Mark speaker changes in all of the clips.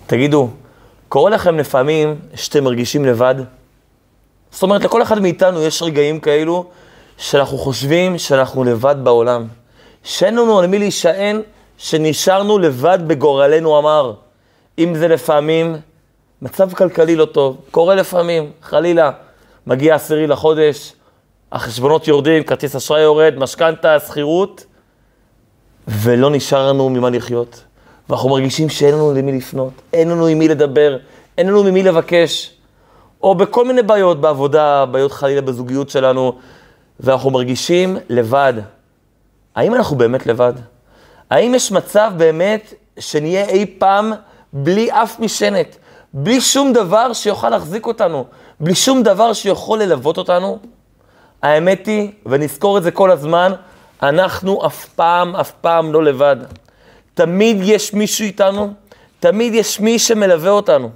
Speaker 1: תגידו, קורה לכם לפעמים שאתם מרגישים לבד? זאת אומרת, לכל אחד מאיתנו יש רגעים כאלו שאנחנו חושבים שאנחנו לבד בעולם. שאין לנו על מי להישען, שנשארנו לבד בגורלנו אמר. אם זה לפעמים מצב כלכלי לא טוב, קורה לפעמים, חלילה, מגיע 10 לחודש, החשבונות יורדים, כרטיס אשראי יורד, משכנתה, שכירות, ולא נשאר לנו ממה לחיות. ואנחנו מרגישים שאין לנו למי לפנות, אין לנו עם מי לדבר, אין לנו ממי לבקש, או בכל מיני בעיות בעבודה, בעיות חלילה בזוגיות שלנו, ואנחנו מרגישים לבד. האם אנחנו באמת לבד? האם יש מצב באמת שנהיה אי פעם בלי אף משענת, בלי שום דבר שיוכל להחזיק אותנו, בלי שום דבר שיכול ללוות אותנו? האמת היא, ונזכור את זה כל הזמן, אנחנו אף פעם לא לבד. תמיד יש מישהו איתנו, תמיד יש מי שמלווה אותנו.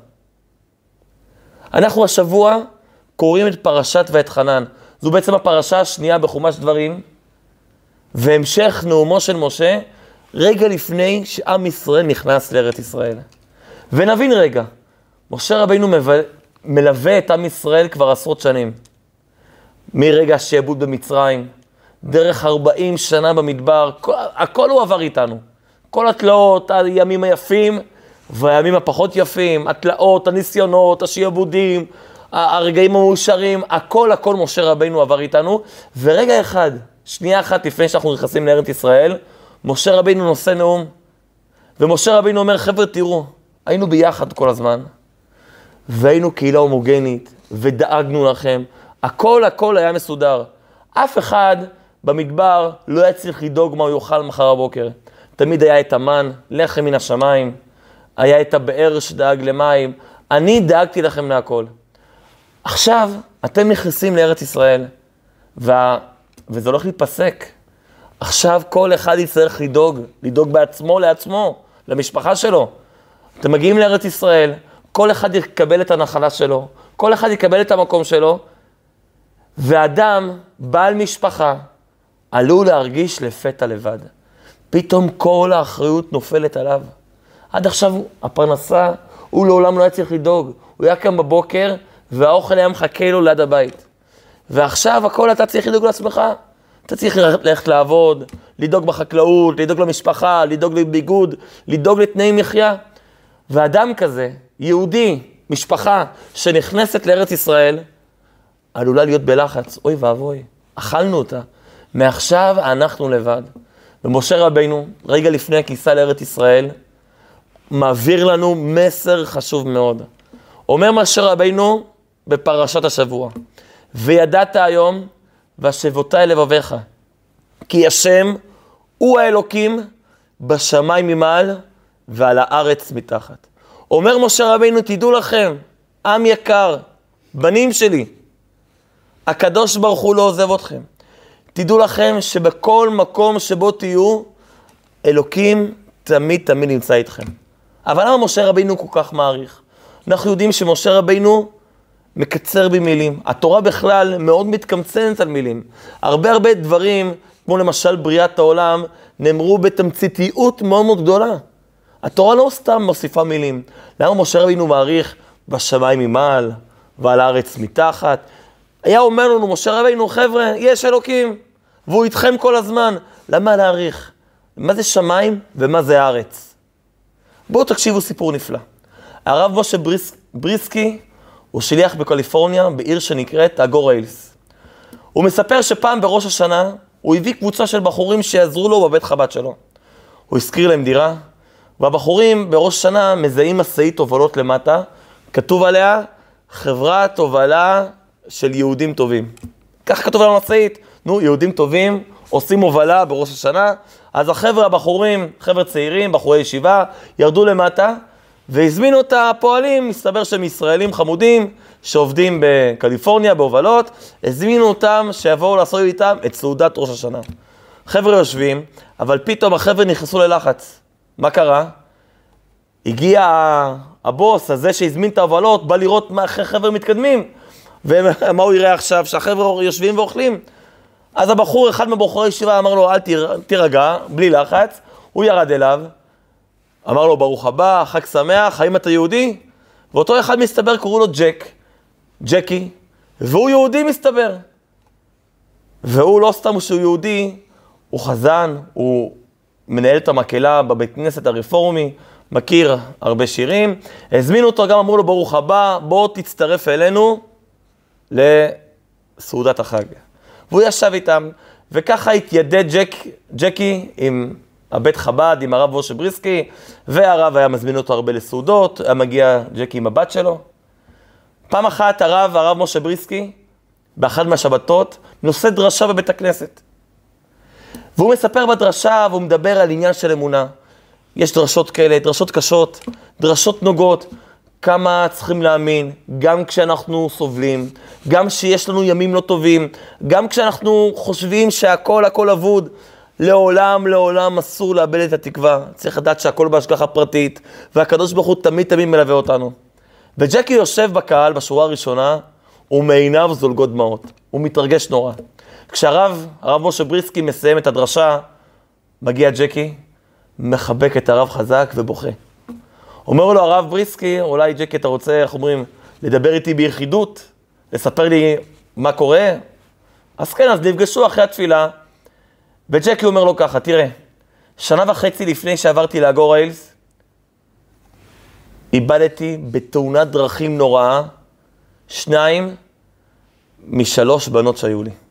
Speaker 1: אנחנו השבוע קוראים את פרשת ואתחנן. זו בעצם הפרשה השנייה בחומש דברים, והמשך נאומו של משה, רגע לפני שעם ישראל נכנס לארץ ישראל. ונבין רגע, משה רבינו מלווה את עם ישראל כבר עשרות שנים. מרגע השעבוד במצרים, דרך 40 שנה במדבר, הכל הוא עבר איתנו. כל התלאות, הימים היפים והימים הפחות יפים, התלאות, הניסיונות, השעבודים, הרגעים המאושרים, הכל משה רבינו עבר איתנו. ורגע אחד, שנייה אחת לפני שאנחנו נכנסים לארץ ישראל, משה רבינו נושא נאום, ומשה רבינו אומר, חבר'ה תראו, היינו ביחד כל הזמן, והיינו קהילה הומוגנית, ודאגנו לכם, הכל היה מסודר. אף אחד במדבר לא היה צריך לדאוג מה הוא יאכל מחר הבוקר. תמיד היה את המן, לחם מן השמיים, היה את הבאר שדאג למים, אני דאגתי לכם להכל. עכשיו אתם נכנסים לארץ ישראל, וזה הולך להיפסק. עכשיו כל אחד יצטרך לדאוג בעצמו לעצמו, למשפחה שלו. אתם מגיעים לארץ ישראל, כל אחד יקבל את הנחלה שלו, כל אחד יקבל את המקום שלו, ואדם, בעל משפחה, עלול להרגיש לפתע לבד. פתאום כל האחריות נופלת עליו. עד עכשיו הפרנסה, הוא לעולם לא היה צריך לדאוג. הוא היה קם בבוקר, והאוכל היה מחכה לו ליד הבית. ועכשיו הכל אתה צריך לדאוג לעצמך. אתה צריך ללכת לעבוד, לדאוג בחקלאות, לדאוג למשפחה, לדאוג לביגוד, לדאוג לתנאי מחיה. ואדם כזה, יהודי, משפחה, שנכנסת לארץ ישראל, עלולה להיות בלחץ. אוי ואבוי, אכלנו אותה. מעכשיו אנחנו לבד. ומשה רבינו, רגע לפני הכניסה לארץ ישראל, מעביר לנו מסר חשוב מאוד. אומר משה רבינו בפרשת השבוע, וידעת היום והשבותי לבביך, כי השם הוא האלוקים בשמיים ממעל ועל הארץ מתחת. אומר משה רבינו, תדעו לכם, עם יקר, בנים שלי, הקדוש ברוך הוא לא עוזב אתכם. תדעו לכם שבכל מקום שבו תהיו, אלוקים תמיד נמצא איתכם. אבל למה משה רבינו כל כך מעריך? אנחנו יודעים שמשה רבינו מקצר במילים. התורה בכלל מאוד מתקמצנת על מילים. הרבה דברים, כמו למשל בריאת העולם, נאמרו בתמציתיות מאוד גדולה. התורה לא סתם מוסיפה מילים. למה משה רבינו מעריך בשמיים ממעל ועל הארץ מתחת? היה אומר לנו משה רבינו, חבר'ה, יש אלוקים, והוא איתכם כל הזמן. למה להעריך? מה זה שמיים ומה זה הארץ? בואו תקשיבו סיפור נפלא. הרב משה בריסקי הוא שליח בקליפורניה, בעיר שנקראת אגורה הילס. הוא מספר שפעם בראש השנה הוא הביא קבוצה של בחורים שיעזרו לו בבית חב"ד שלו. הוא הזכיר להם דירה, והבחורים בראש השנה מזהים משאית הובלות למטה, כתוב עליה חברת הובלה של יהודים טובים. כך כתוב על המשאית, יהודים טובים עושים הובלה בראש השנה. אז הבחורים, חבר'ה צעירים, בחורי ישיבה, ירדו למטה, והזמינו את הפועלים, מסתבר שהם ישראלים חמודים, שעובדים בקליפורניה, בהובלות, הזמינו אותם שיבואו לעשות איתם את סעודת ראש השנה. חבר'ה יושבים, אבל פתאום החבר'ה נכנסו ללחץ. מה קרה? הגיע הבוס הזה שהזמין את ההובלות, בא לראות מה חבר'ה מתקדמים, ומה הוא יראה עכשיו? שהחבר'ה יושבים ואוכלים. אז הבחור, אחד מבחורי ישיבה, אמר לו, אל תירגע, בלי לחץ. הוא ירד אליו, אמר לו, ברוך הבא, חג שמח, האם אתה יהודי? ואותו אחד מסתבר, קראו לו ג'קי, והוא יהודי מסתבר. והוא לא סתם שהוא יהודי, הוא חזן, הוא מנהל את המקהלה בבית כנסת הרפורמי, מכיר הרבה שירים. הזמינו אותו, גם אמרו לו, ברוך הבא, בוא תצטרף אלינו לסעודת החג. והוא ישב איתם, וככה התיידד ג'קי עם הבית חב"ד, עם הרב משה בריסקי, והרב היה מזמין אותו הרבה לסעודות, היה מגיע ג'קי עם הבת שלו. פעם אחת הרב משה בריסקי, באחד מהשבתות, נושא דרשה בבית הכנסת. והוא מספר בדרשה, והוא מדבר על עניין של אמונה. יש דרשות כאלה, דרשות קשות, דרשות נוגות, כמה צריכים להאמין, גם כשאנחנו סובלים, גם שיש לנו ימים לא טובים, גם כשאנחנו חושבים שהכל אבוד, לעולם אסור לאבד את התקווה. צריך לדעת שהכל בהשגחה פרטית, והקדוש ברוך הוא תמיד מלווה אותנו. וג'קי יושב בקהל בשורה הראשונה, ומעיניו זולגות דמעות. הוא מתרגש נורא. כשהרב משה בריסקי מסיים את הדרשה, מגיע ג'קי, מחבק את הרב חזק ובוכה. אומר לו הרב בריסקי, אולי ג'קי אתה רוצה, איך אומרים, לדבר איתי ביחידות, לספר לי מה קורה? אז כן, אז נפגשו אחרי התפילה, וג'קי אומר לו ככה, תראה, 1.5 שנה לפני שעברתי לאגורה הילס, איבדתי בתאונת דרכים נוראה, 2 מ-3 בנות שהיו לי.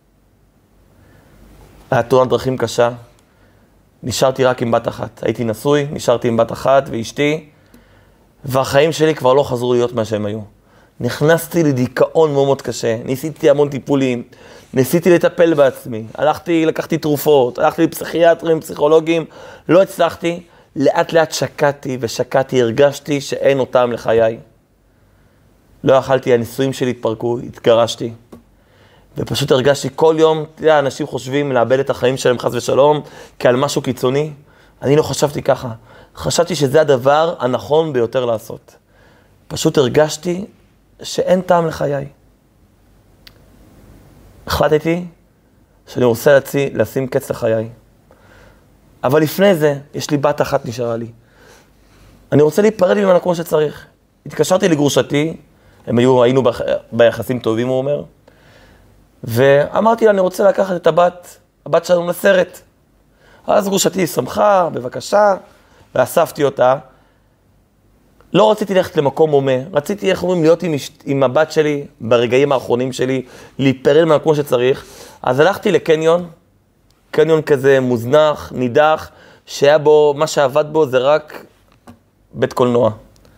Speaker 1: היה תאונת דרכים קשה, נשארתי רק עם בת אחת. הייתי נשוי, נשארתי עם בת אחת ואשתי, והחיים שלי כבר לא חזרו להיות מה שהם היו. נכנסתי לדיכאון מאוד מאוד קשה, ניסיתי המון טיפולים, ניסיתי לטפל בעצמי, לקחתי תרופות, הלכתי לפסיכיאטרים, פסיכולוגים, לא הצלחתי, לאט שקעתי, הרגשתי שאין אותם לחיי. לא יכלתי, הנישואים שלי התפרקו, התגרשתי. ופשוט הרגשתי כל יום, אנשים חושבים לאבד את החיים שלהם חס ושלום, כעל משהו קיצוני. אני לא חשבתי ככה. חשבתי שזה הדבר הנכון ביותר לעשות. פשוט הרגשתי שאין טעם לחיי. החלטתי שאני רוצה לשים קץ לחיי. אבל לפני זה, יש לי בת אחת נשארה לי. אני רוצה להיפרד ממנה כמו שצריך. התקשרתי לגרושתי, היינו ביחסים טובים, הוא אומר, ואמרתי לה, אני רוצה לקחת את הבת שלנו לסרט. אז גרושתי שמחה, בבקשה, ואספתי אותה. לא רציתי ללכת למקום הומה, רציתי, איך אומרים, להיות עם הבת שלי ברגעים האחרונים שלי, להיפרד ממנה כמו שצריך. אז הלכתי לקניון, קניון כזה מוזנח, נידח, שהיה בו, מה שעבד בו זה רק בית קולנוע.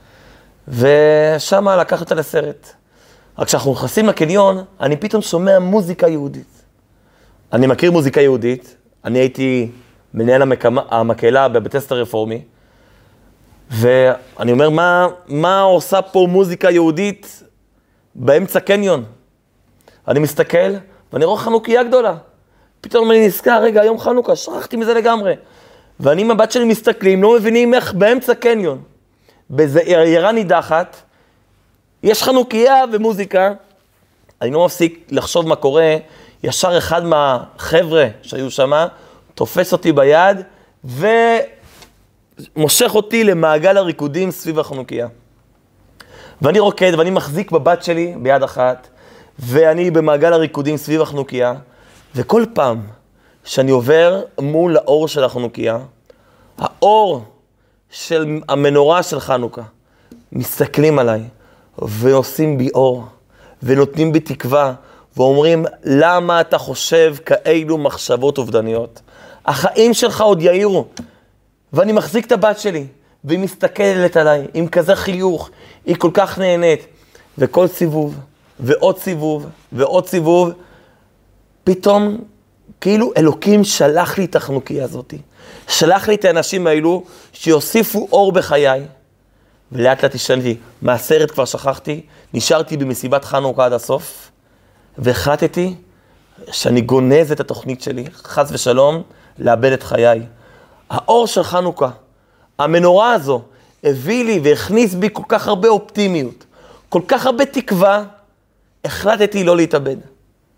Speaker 1: ושם לקח אותה לסרט. רק כשאנחנו נכנסים לקניון, אני פתאום שומע מוזיקה יהודית. אני מכיר מוזיקה יהודית, אני הייתי מנהל המקהלה בבית הכנסת הרפורמי, ואני אומר, מה עושה פה מוזיקה יהודית באמצע קניון? אני מסתכל, ואני רואה חנוכיה גדולה. פתאום אני נזכר, רגע, היום חנוכה, שכחתי מזה לגמרי. ואני עם הבת שלי מסתכלים, לא מבינים איך באמצע קניון, באיזו עיירה נידחת, יש חנוכיה ומוזיקה. אני לא מפסיק לחשוב מה קורה, ישר אחד מהחבר'ה שהיו שם, תופס אותי ביד, ומושך אותי למעגל הריקודים סביב החנוכיה. ואני רוקד, ואני מחזיק בבת שלי ביד אחת, ואני במעגל הריקודים סביב החנוכיה, וכל פעם שאני עובר מול האור של החנוכיה, האור של המנורה של חנוכה, מסתכלים עליי, ועושים בי אור, ונותנים בי תקווה, ואומרים, למה אתה חושב כאלו מחשבות אובדניות? החיים שלך עוד יאירו. ואני מחזיק את הבת שלי, והיא מסתכלת עליי, עם כזה חיוך, היא כל כך נהנית. וכל סיבוב, ועוד סיבוב, ועוד סיבוב, פתאום, כאילו אלוקים שלח לי את החנוכיה הזאת. שלח לי את האנשים האלו, שיוסיפו אור בחיי. ולאט לאט השתנתי, מהסרט כבר שכחתי, נשארתי במסיבת חנוכה עד הסוף, והחלטתי שאני גונז את התוכנית שלי, חס ושלום, לאבד את חיי. האור של חנוכה, המנורה הזו, הביא לי והכניס בי כל כך הרבה אופטימיות, כל כך הרבה תקווה, החלטתי לא להתאבד.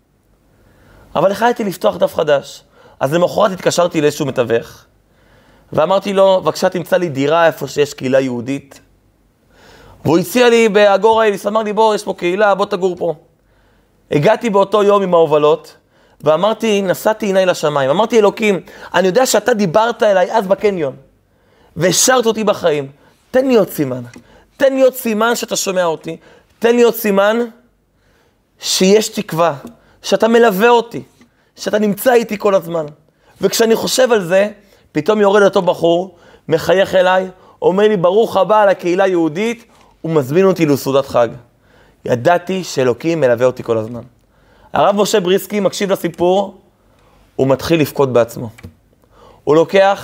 Speaker 1: אבל החלטתי לפתוח דף חדש. אז למחרת התקשרתי לאיזשהו מתווך, ואמרתי לו, בבקשה תמצא לי דירה איפה שיש קהילה יהודית. והוא הציע לי באגורה אליס, אמר לי, בוא, יש פה קהילה, בוא תגור פה. הגעתי באותו יום עם ההובלות, ואמרתי, נשאתי עיניי לשמיים. אמרתי, אלוקים, אני יודע שאתה דיברת אליי אז בקניון, והשארת אותי בחיים. תן לי עוד סימן. תן לי עוד סימן שאתה שומע אותי. תן לי עוד סימן שיש תקווה, שאתה מלווה אותי, שאתה נמצא איתי כל הזמן. וכשאני חושב על זה, פתאום יורד אותו בחור, מחייך אליי, אומר לי, ברוך הבא לקהילה היהודית, ומזמין אותי לסעודת חג. ידעתי שאלוקים מלווה אותי כל הזמן. הרב משה בריסקי מקשיב לסיפור, הוא מתחיל לפקוד בעצמו. הוא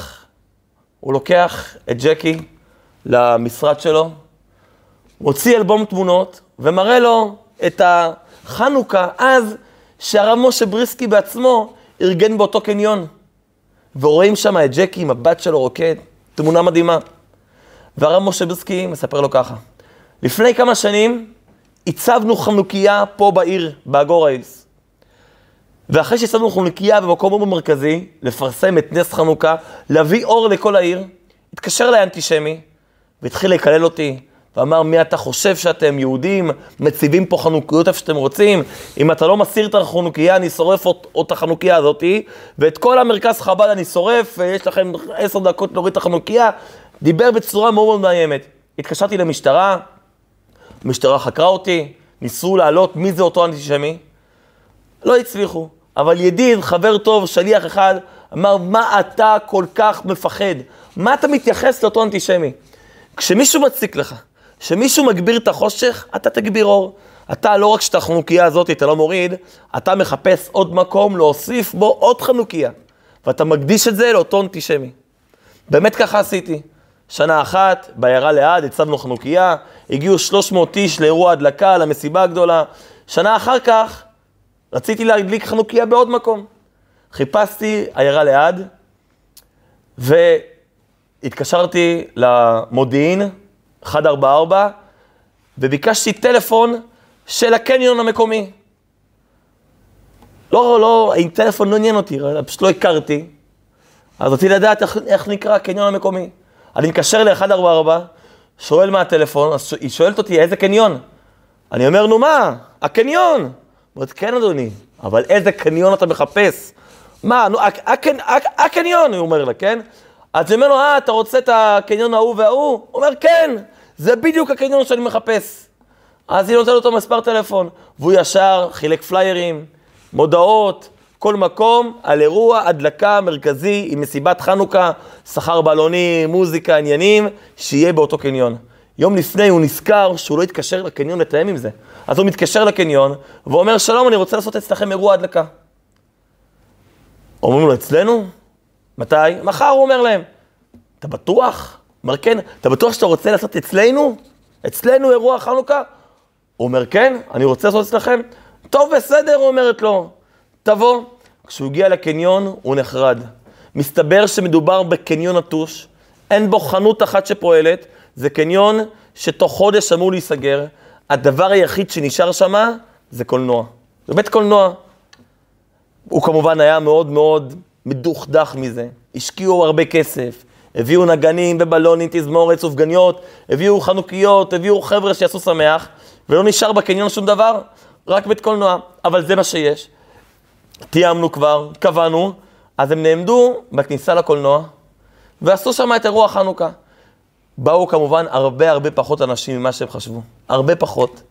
Speaker 1: לוקח את ג'קי למשרד שלו, מוציא אלבום תמונות, ומראה לו את החנוכה, אז שהרב משה בריסקי בעצמו ארגן באותו קניון. ורואים שם את ג'קי עם הבת שלו רוקד, תמונה מדהימה. והרב משה בריסקי מספר לו ככה, לפני כמה שנים הצבנו חנוכיה פה בעיר, באגורה אילס. ואחרי שהצבנו חנוכיה במקום מאוד מרכזי, לפרסם את נס חנוכה, להביא אור לכל העיר, התקשר אליי אנטישמי, והתחיל לקלל אותי, ואמר, מי אתה חושב שאתם יהודים, מציבים פה חנוכיות איפה שאתם רוצים, אם אתה לא מסיר את החנוכיה, אני שורף את החנוכיה הזאת, ואת כל המרכז חב"ד אני שורף, ויש לכם 10 דקות להוריד את החנוכיה. דיבר בצורה מאוד מאוד מאיימת. התקשרתי למשטרה, המשטרה חקרה אותי, ניסו לעלות מי זה אותו אנטישמי, לא הצליחו. אבל ידיד, חבר טוב, שליח אחד, אמר, מה אתה כל כך מפחד? מה אתה מתייחס לאותו אנטישמי? כשמישהו מציק לך, כשמישהו מגביר את החושך, אתה תגביר אור. אתה לא רק שאת החנוכיה הזאת אתה לא מוריד, אתה מחפש עוד מקום להוסיף בו עוד חנוכיה. ואתה מקדיש את זה לאותו אנטישמי. באמת ככה עשיתי. שנה אחת, בעיירה ליד, הצבנו חנוכיה, הגיעו 300 איש לאירוע הדלקה, למסיבה הגדולה. שנה אחר כך, רציתי להדליק חנוכיה בעוד מקום. חיפשתי עיירה ליד, והתקשרתי למודיעין, 144, וביקשתי טלפון של הקניון המקומי. לא, עם טלפון לא עניין אותי, פשוט לא הכרתי. אז רציתי לדעת איך נקרא הקניון המקומי. אני מקשר ל-144, שואל מה הטלפון, אז היא שואלת אותי, איזה קניון? אני אומר, נו מה? הקניון. אומרת, כן אדוני, אבל איזה קניון אתה מחפש? מה, נו, הקניון, הוא אומר לה, כן? אז אני אומר לו, אתה רוצה את הקניון ההוא וההוא? הוא אומר, כן, זה בדיוק הקניון שאני מחפש. אז היא נותנת אותו מספר טלפון, והוא ישר חילק פליירים, מודעות, כל מקום על אירוע הדלקה מרכזי עם מסיבת חנוכה, שכר בלונים, מוזיקה, עניינים, שיהיה באותו קניון. יום לפני הוא נזכר שהוא לא יתקשר לקניון לתאם עם זה. אז הוא מתקשר לקניון ואומר, שלום, אני רוצה לעשות אצלכם אירוע הדלקה. אומרים לו, אצלנו? מתי? מחר, הוא אומר להם. אתה בטוח? אומר, כן. אתה בטוח שאתה רוצה לעשות אצלנו? אצלנו אירוע חנוכה? הוא אומר, כן, אני רוצה לעשות אצלכם. טוב, בסדר, הוא אומרת לו. תבוא. כשהוא הגיע לקניון, הוא נחרד. מסתבר שמדובר בקניון נטוש, אין בו חנות אחת שפועלת, זה קניון שתוך חודש אמור להיסגר. הדבר היחיד שנשאר שם זה קולנוע. זה בית קולנוע. הוא כמובן היה מאוד מאוד מדוכדך מזה. השקיעו הרבה כסף, הביאו נגנים ובלונים, תזמורת, סופגניות, הביאו חנוכיות, הביאו חבר'ה שיעשו שמח, ולא נשאר בקניון שום דבר, רק בית קולנוע. אבל זה מה שיש. תיאמנו כבר, קבענו, אז הם נעמדו בכניסה לקולנוע, ועשו שם את אירוע חנוכה. באו כמובן הרבה פחות אנשים ממה שהם חשבו. הרבה פחות.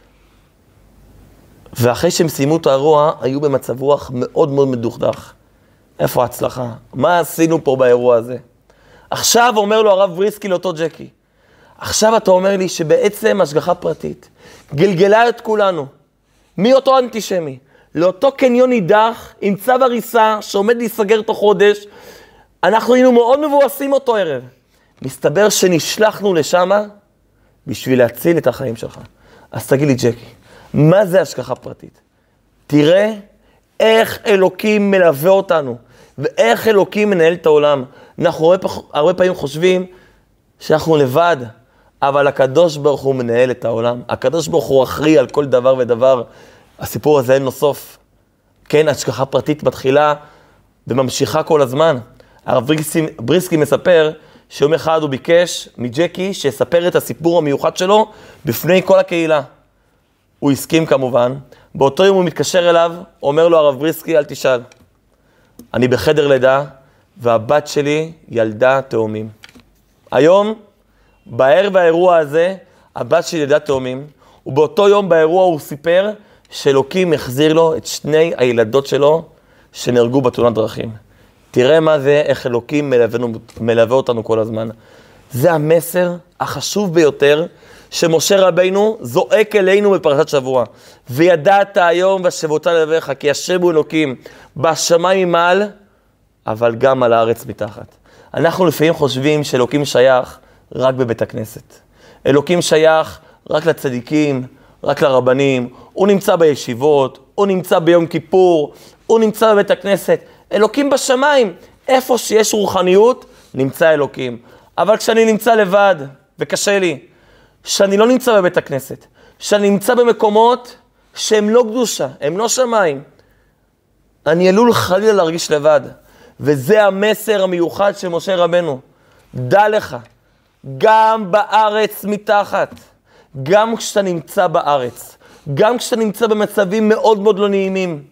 Speaker 1: ואחרי שהם סיימו את האירוע, היו במצב רוח מאוד מאוד מדוכדך. איפה ההצלחה? מה עשינו פה באירוע הזה? עכשיו אומר לו הרב בריסקי לאותו ג'קי, עכשיו אתה אומר לי שבעצם השגחה פרטית גלגלה את כולנו, מי אותו אנטישמי? לאותו קניון נידח עם צו הריסה שעומד להיסגר תוך חודש, אנחנו היינו מאוד מבואסים אותו ערב. מסתבר שנשלחנו לשם בשביל להציל את החיים שלך. אז תגיד לי ג'קי, מה זה השגחה פרטית? תראה איך אלוקים מלווה אותנו, ואיך אלוקים מנהל את העולם. אנחנו הרבה פעמים חושבים שאנחנו לבד, אבל הקדוש ברוך הוא מנהל את העולם. הקדוש ברוך הוא אחראי על כל דבר ודבר. הסיפור הזה אין לו סוף. כן, השגחה פרטית מתחילה וממשיכה כל הזמן. הרב בריסקי מספר שיום אחד הוא ביקש מג'קי שיספר את הסיפור המיוחד שלו בפני כל הקהילה. הוא הסכים כמובן. באותו יום הוא מתקשר אליו, אומר לו הרב בריסקי, אל תשאל. אני בחדר לידה, והבת שלי ילדה תאומים. היום, בערב האירוע הזה, הבת שלי ילדה תאומים, ובאותו יום באירוע הוא סיפר שאלוקים החזיר לו את שני הילדות שלו שנהרגו בתאונת דרכים. תראה מה זה, איך אלוקים מלווה אותנו כל הזמן. זה המסר החשוב ביותר שמשה רבינו זועק אלינו בפרשת שבוע. וידעת היום ושבותה לבך, כי השם הוא אלוקים בשמיים ממעל, אבל גם על הארץ מתחת. אנחנו לפעמים חושבים שאלוקים שייך רק בבית הכנסת. אלוקים שייך רק לצדיקים, רק לרבנים. הוא נמצא בישיבות, הוא נמצא ביום כיפור, הוא נמצא בבית הכנסת. אלוקים בשמיים, איפה שיש רוחניות, נמצא אלוקים. אבל כשאני נמצא לבד, וקשה לי, שאני לא נמצא בבית הכנסת, שאני נמצא במקומות שהם לא קדושה, הם לא שמיים, אני עלול חלילה להרגיש לבד. וזה המסר המיוחד של משה רבנו. דע לך, גם בארץ מתחת, גם כשאתה נמצא בארץ, גם כשאתה נמצא במצבים מאוד מאוד לא נעימים,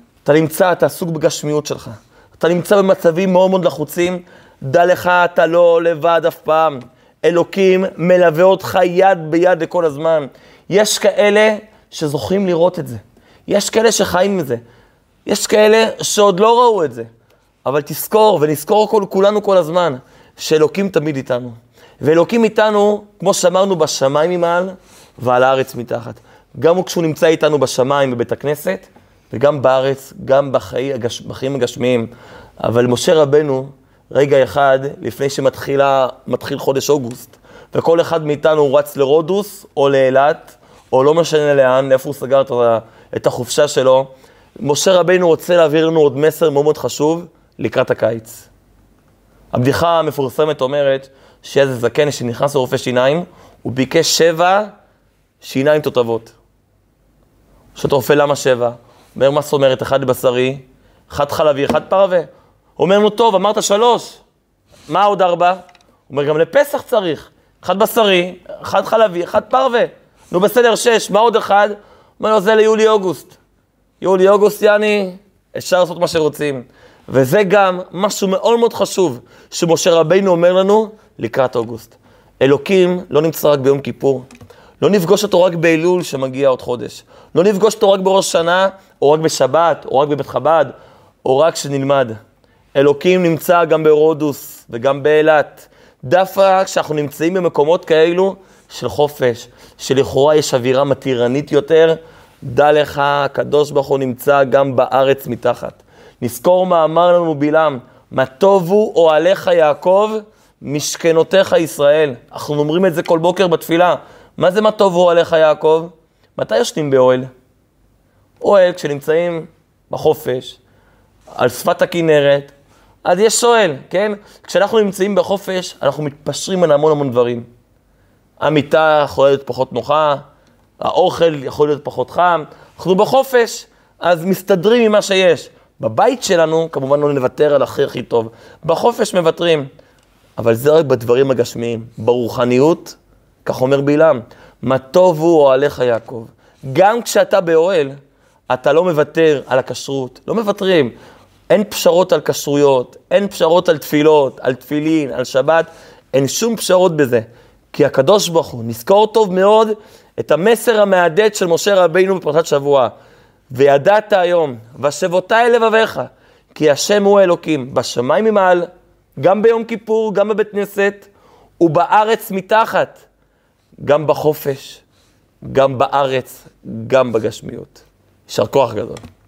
Speaker 1: אתה עסוק בגשמיות שלך, אתה נמצא במצבים מאוד מאוד לחוצים, דע לך, אתה לא לבד אף פעם. אלוקים מלווה אותך יד ביד לכל הזמן. יש כאלה שזוכים לראות את זה. יש כאלה שחיים מזה. יש כאלה שעוד לא ראו את זה. אבל תזכור, ונזכור כולנו כל הזמן, שאלוקים תמיד איתנו. ואלוקים איתנו, כמו שאמרנו, בשמיים ממעל ועל הארץ מתחת. גם כשהוא נמצא איתנו בשמיים בבית הכנסת, וגם בארץ, גם בחיים הגשמיים. אבל משה רבנו, רגע אחד לפני שמתחיל חודש אוגוסט, וכל אחד מאיתנו רץ לרודוס או לאילת, או לא משנה לאן, איפה הוא סגר את החופשה שלו, משה רבנו רוצה להעביר לנו עוד מסר מאוד מאוד חשוב לקראת הקיץ. הבדיחה המפורסמת אומרת שיש איזה זקן שנכנס לרופא שיניים, הוא ביקש 7 שיניים תותבות. שואל הרופא, למה 7? אומר, מה זאת אומרת? 1 בשרי, 1 חלבי, 1 פרווה. אומר לו, טוב, אמרת 3, מה עוד 4? הוא אומר, גם לפסח צריך, 1 בשרי, 1 חלבי, 1 פרווה. נו בסדר, 6, מה עוד 1? אומר לו, זה ליולי-אוגוסט. יולי-אוגוסט, יעני, אפשר לעשות מה שרוצים. וזה גם משהו מאוד מאוד חשוב, שמשה רבינו אומר לנו לקראת אוגוסט. אלוקים לא נמצא רק ביום כיפור, לא נפגוש אותו רק באלול שמגיע עוד חודש, לא נפגוש אותו רק בראש שנה, או רק בשבת, או רק בבית חב"ד, או רק שנלמד. אלוקים נמצא גם ברודוס וגם באילת. דווקא כשאנחנו נמצאים במקומות כאלו של חופש, שלכאורה יש אווירה מתירנית יותר, דע לך, הקדוש ברוך הוא נמצא גם בארץ מתחת. נזכור מה אמר לנו בלעם, מה טובו אוהליך יעקב, משכנותיך ישראל. אנחנו אומרים את זה כל בוקר בתפילה. מה זה מה טובו אוהליך יעקב? מתי ישנים באוהל? אוהל כשנמצאים בחופש, על שפת הכנרת, אז יש אוהל, כן? כשאנחנו נמצאים בחופש, אנחנו מתפשרים על המון דברים. המיטה יכולה להיות פחות נוחה, האוכל יכול להיות פחות חם, אנחנו בחופש, אז מסתדרים עם מה שיש. בבית שלנו, כמובן לא נוותר על הכי טוב. בחופש מוותרים, אבל זה רק בדברים הגשמיים. ברוחניות, כך אומר בלעם, מה טובו אוהליך יעקב. גם כשאתה באוהל, אתה לא מוותר על הכשרות, לא מוותרים. אין פשרות על כשרויות, אין פשרות על תפילות, על תפילין, על שבת, אין שום פשרות בזה. כי הקדוש ברוך הוא, נזכור טוב מאוד את המסר המעדד של משה רבינו בפרשת שבוע. וידעת היום, ושבותי לבביך, כי השם הוא אלוקים, בשמיים ממעל, גם ביום כיפור, גם בבית כנסת, ובארץ מתחת, גם בחופש, גם בארץ, גם בגשמיות. יישר כוח גדול.